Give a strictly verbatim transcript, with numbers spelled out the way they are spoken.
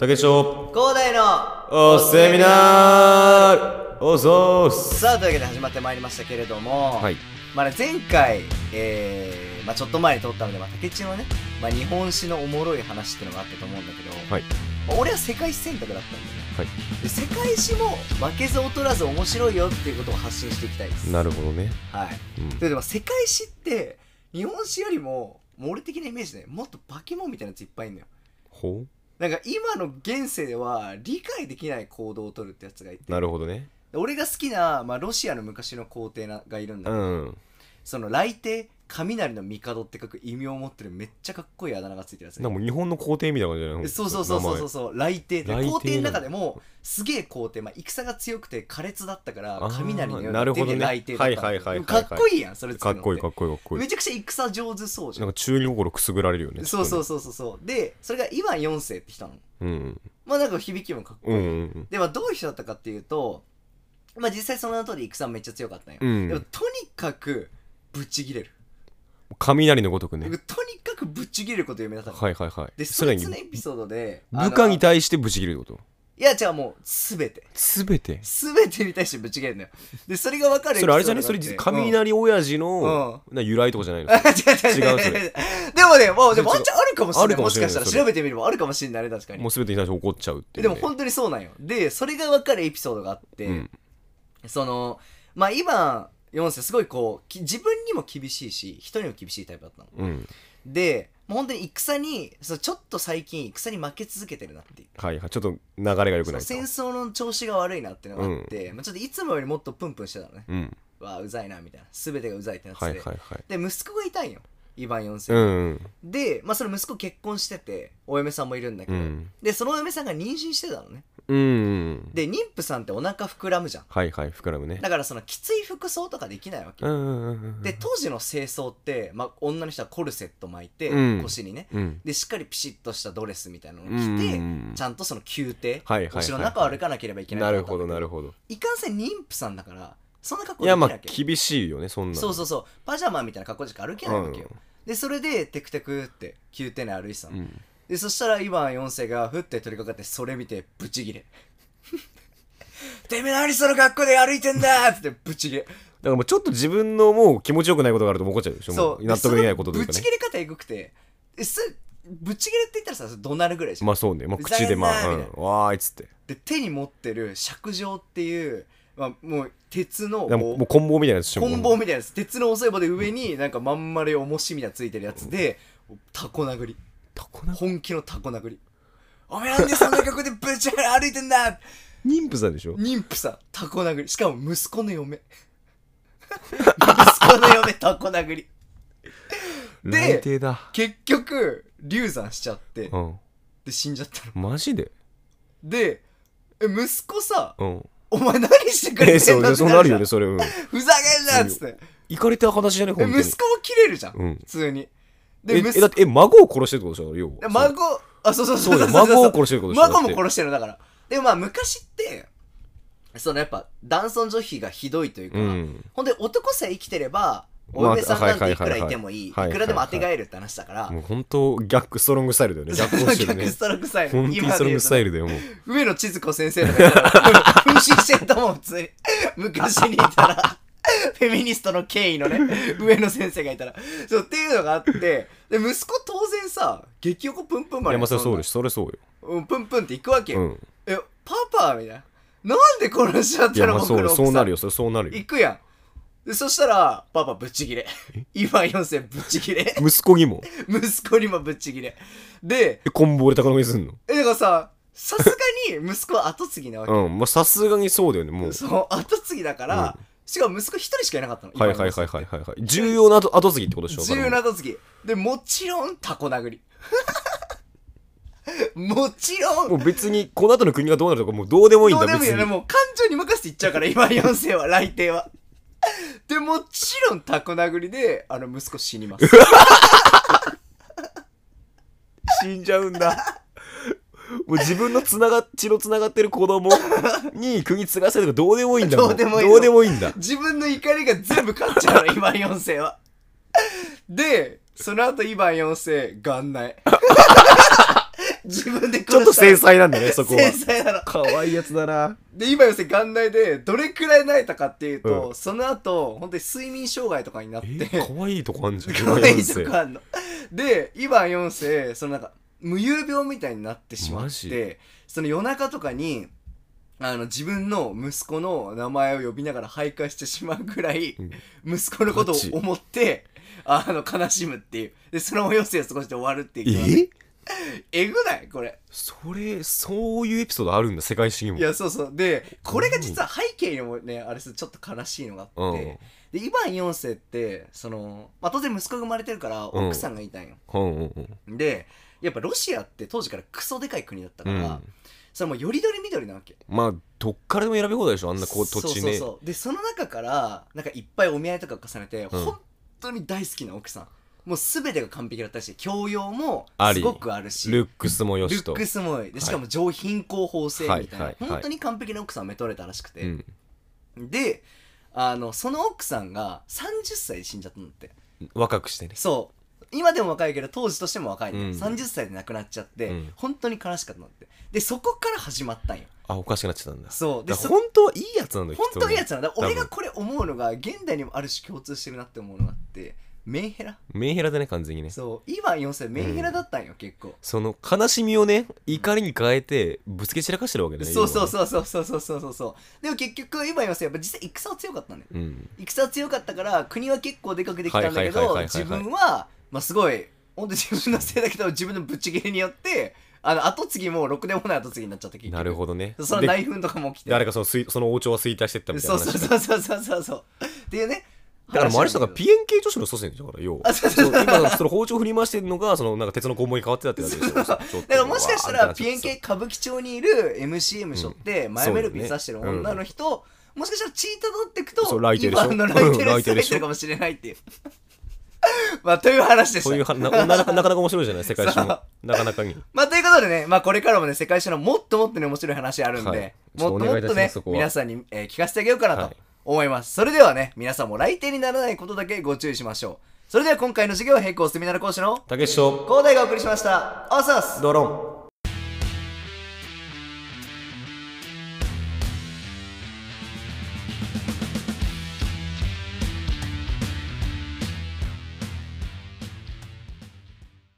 竹翔広大おのセミナーおぞーす。 さあというわけで始まってまいりましたけれども、 はい、 まあね、前回、えーまあ、ちょっと前に撮ったので、まあ、竹地のね、まあ、日本史のおもろい話っていうのがあったと思うんだけど、 はいまあ、俺は世界史選択だったんだよね、 はい、 で世界史も負けず劣らず面白いよっていうことを発信していきたいです。 なるほどね。 はい、 うん、 ででも世界史って日本史よりももう俺的なイメージでもっと化け物みたいなやついっぱいいるのよ。 ほなんか今の現世では理解できない行動を取るってやつがいて、 うなるほどね。 俺が好きな、まあ、ロシアの昔の皇帝ながいるんだけど、 うん、 その雷帝雷の帝って書く異名を持ってるめっちゃかっこいいあだ名がついてるやつね。 なんかもう日本の皇帝みたいな感じじゃない？ そうそうそうそうそうそう、雷帝って雷帝皇帝の中でもすげえ皇帝、まあ、戦が強くて苛烈だったからあー雷のようなるほどね雷帝だったんだはいはいはいはいはいかっこいいやんそれつかっこいいかっこいいかっこいい。 めちゃくちゃ戦上手そうじゃん。 なんか中二心くすぐられるよね。 そうそうそうそうそうでそれがイワンよん世って人なの。 う。うんまあなんか響きもかっこいい、 うんうんではどういう人だったかっていうと、まあ実際その後で戦めっちゃ強かったんよ、 うん。 でもとにかくぶち切れる、 雷のごとくね。 とにかくぶち切れること有名だったの。 はいはいはい。 でそいそれにつのエピソードで部下にい対してブチ切れるってこと？ いや違う、もうすべてすべて。 すべてに対してぶち切れるのよ。でそれが分かるエピソードそれあれじゃね？ がそれって雷親父のな由来とかじゃないの？ うん、違う違う違うそれでもね、もうでもワンチャンあるかもしれない。 あるかもしれないもしかしたらそれ調べてみればあるかもしれないね、確かに。 もうすべてに対して怒っちゃうっていうね。 でも本当にそうなんよ。でそれが分かるエピソードがあって、 うんそのまあ今よん世すごいこうき自分にも厳しいし人にも厳しいタイプだったのうんで、もう本当に戦にそうちょっと最近戦に負け続けてるなっていう、 はいはい、ちょっと流れが良くないと。 そう戦争の調子が悪いなっていうのがあって、まあ、ちょっといつもよりもっとプンプンしてたのね。 うん。 わあうざいなみたいな、全てがうざいってなってて、 はいはいはい。 で息子がいたんよ、イバンよん世、 うんうん。 で、まあ、その息子結婚しててお嫁さんもいるんだけど、 うんでそのお嫁さんが妊娠してたのね。 うんうん。 で妊婦さんってお腹膨らむじゃん。 はいはい、膨らむね。 だからそのきつい服装とかできないわけ、 うんうんうんうん。 で当時の清掃って、まあ、女の人はコルセット巻いて、 うん腰にね、 うん。 でしっかりピシッとしたドレスみたいなのを着て、 うんちゃんとその宮廷、 はいはいはいはいお城の中を歩かなければいけないなるほどと思ったんだけなるほど。 いかんせん妊婦さんだからそんな格好いやまあできないわけ。 厳しいよね、そんなの。 そうそうそう、パジャマみたいな格好でしか歩けないわけよ、 うんでそれでテクテクって宮廷内歩いてたの、 うん。 でそしたら今よん世がふって取り掛かってそれ見てブチギレてめえ何その格好で歩いてんだーってブチギレ。 だからもうちょっと自分のもう気持ちよくないことがあると怒っちゃうでしょ。もそう納得できないことというかねブチギ。レ方エグくて、えそブチギレって言ったらさ怒鳴るぐらいじゃん、 まあそうね。まあ口でまあ、うんふざけんなーみたいわーいっつって。 で手に持ってる尺状っていう、まあ、もう鉄のでももう棍棒みたいなやつしても棍棒みたいなやつ、鉄の細い棒で上になんかまん丸い重しみたいなついてるやつでタコ殴り、 タコな本気のタコ殴り。おめえなんでそんな格好でブチギレ歩いてんだ。 妊婦さんでしょ。 妊婦さんタコ殴り、しかも息子の嫁息子の嫁タコ殴りで内定だ。 結局流産しちゃって、 うん。 で死んじゃったのマジで？ でえ息子さ、 うん。 お前何してくれえ、そてんのう、そうなるよね、それ。うん。 ふざけんなっつって行かれた話じゃね、 え本当に。 息子も切れるじゃん、 うん普通に。 え、えで息だって、え、孫を殺してるってことでしょ、要は。 孫あそうそうそうだよ、 う孫を殺してるってことでしょ。 孫もだって殺してるだから。でもまあ昔ってそのやっぱ男尊女卑がひどいというか、 うん。 ほんで男さえ生きてればおまあ嫁さんなんていくらいてもいい、 はいはいはいはいいくらでも当てがえるって話だから、 もう本当逆ストロングスタイルだよね。逆行してるね逆。ストロングスタイル、 本当にストロングスタイルだよ、もう。 上野千鶴子先生とかいたら分身してると思う、普通に昔にいたらフェミニストの権威のね上野先生がいたらそうっていうのがあって、で息子当然さ激横プンプンまでいや、まあ、それそうです。それそうよ。 うんプンプンって行くわけよ、 うん。 えパパみたいな、なんで殺しちゃっいや、 たのまあ、そうよ。 僕の奥さんそうなるよ。それそうなるよ。 行くやん。でそしたらパパぶっちぎれ今よん世ぶっちぎれ息子にも。 息子にもぶっちぎれで、 え、棍棒で高乗りすんの？ えだからささすがに息子は後継ぎなわけ、 うん。まあ、さすがにそうだよね、もう。 そう後継ぎだから、しかも息子一人しかいなかったの。 はいはいはいはいはいはい。重要な後後継ぎってことでしょ？ 重要な後継ぎでもちろんタコ殴りもちろんもう別に、この後の国がどうなるとかもうどうでもいいんだ、 どうでもいいよね、 別に。 もう感情に任せていっちゃうから今よん世は来帝はでもちろんタコ殴りであの息子死にます死んじゃうんだ。もう自分のつなが血のつながってる子供に釘継がせるとかどうでもいいんだもん。 どうでもいいどうでもいいんだ。 自分の怒りが全部勝っちゃうの今よん世は。でその後イバンよん世元内自分で殺したちょっと繊細なんだねそこは。 繊細なの。 可愛いやつだな。 で今要するに元内でどれくらい泣いたかっていうと、 うんその後本当に睡眠障害とかになっえて可愛いとこあんじゃん。 可愛いとこあんのでイヴァンよん世そのなんか無遊病みたいになってしまっマジて、その夜中とかにあの自分の息子の名前を呼びながら徘徊してしまうぐらい、 うん息子のことを思ってあの悲しむっていう。でその余生を過ごして終わるっていう。 ええぐないこれ。 それそういうエピソードあるんだ、世界史にも。 いやそうそうでこれが実は背景にもねあれすちょっと悲しいのがあって、 うんでイヴァンよん世ってその、まあ、当然息子が生まれてるからうん奥さんがいたんよ、 うんうんうんでやっぱロシアって当時からクソでかい国だったから、 うんそれもうよりどりみどりなわけ。 まあどっからでも選び放題でしょ、あんなこう土地ね。 そうそうそうでその中からなんかいっぱいお見合いとか重ねて、 うん本当に大好きな奥さん、もう全てが完璧だったし教養もありすごくあるしルックスもよしと。 ルックスも良いでしかも上品行法性みたいな、 はいはいはい本当に完璧な奥さんをめとれたらしくて、 うん、 であのその奥さんがさんじゅっさいで死んじゃったんだって。 若くしてね。 そう今でも若いけど当時としても若い、ねうんさんじゅっさいで亡くなっちゃって、 うん本当に悲しかったんだって。でそこから始まったんよ。 あ、おかしくなっちゃったんだ。 そうでそだから本当はいいやつなんだよ。 本当にいいやつななんだ。俺がこれ思うのが現代にもある種共通してるなって思うのがあって、メンヘラ。 メンヘラだね、完全にね。 そうイヴァンよん世メンヘラだったんよ、結構。 その悲しみをね、怒りに変えてぶつけ散らかしてるわけね。 そうそうう。 そうそうそうそうそうそうそうでも結局イヴァンよん世やっぱ実際戦は強かったんだよ。 うん。 戦は強かったから国は結構でかくできたんだけはいはいはいはいはいはいど自分はまあすごい本当自分のせいだけど自分のぶっちぎりによってあの後継ぎもろくでもない後継ぎになっちゃった結局。 なるほどね。 その内紛とかも起きて誰かその衰その王朝は衰退してったみたいな話。 そうそうそうそうそうそうそうっていうね。 だからもうあれさ、だからピエン系女子の祖先だからよ。 あそうそうそうそう今その包丁振り回してるのがそのなんか鉄の拷問に変わってたってだけでしょ。 だからもしかしたらピエン系歌舞伎町にいる エムシーエム しょって前メルピー刺してる女の人、もしかしたらチータドっていくとそうライテルでしょイヴァンのライテルうんライテルでしょ入ってるかもしれないっていうまあという話でした。 そういうはななななかなか面白いじゃない世界史もなかなかに。 まあということでね、まあこれからもね世界史のもっともっとね面白い話あるんで、 はいもっともっとちょっとお願いいたしまねすそこは皆さんに、えー聞かせてあげようかなとはい思います。それではね皆さんも来店にならないことだけご注意しましょう。それでは今回の授業は並行セミナル講師のたけしと広大がお送りしました。おっさーす。 ドロン。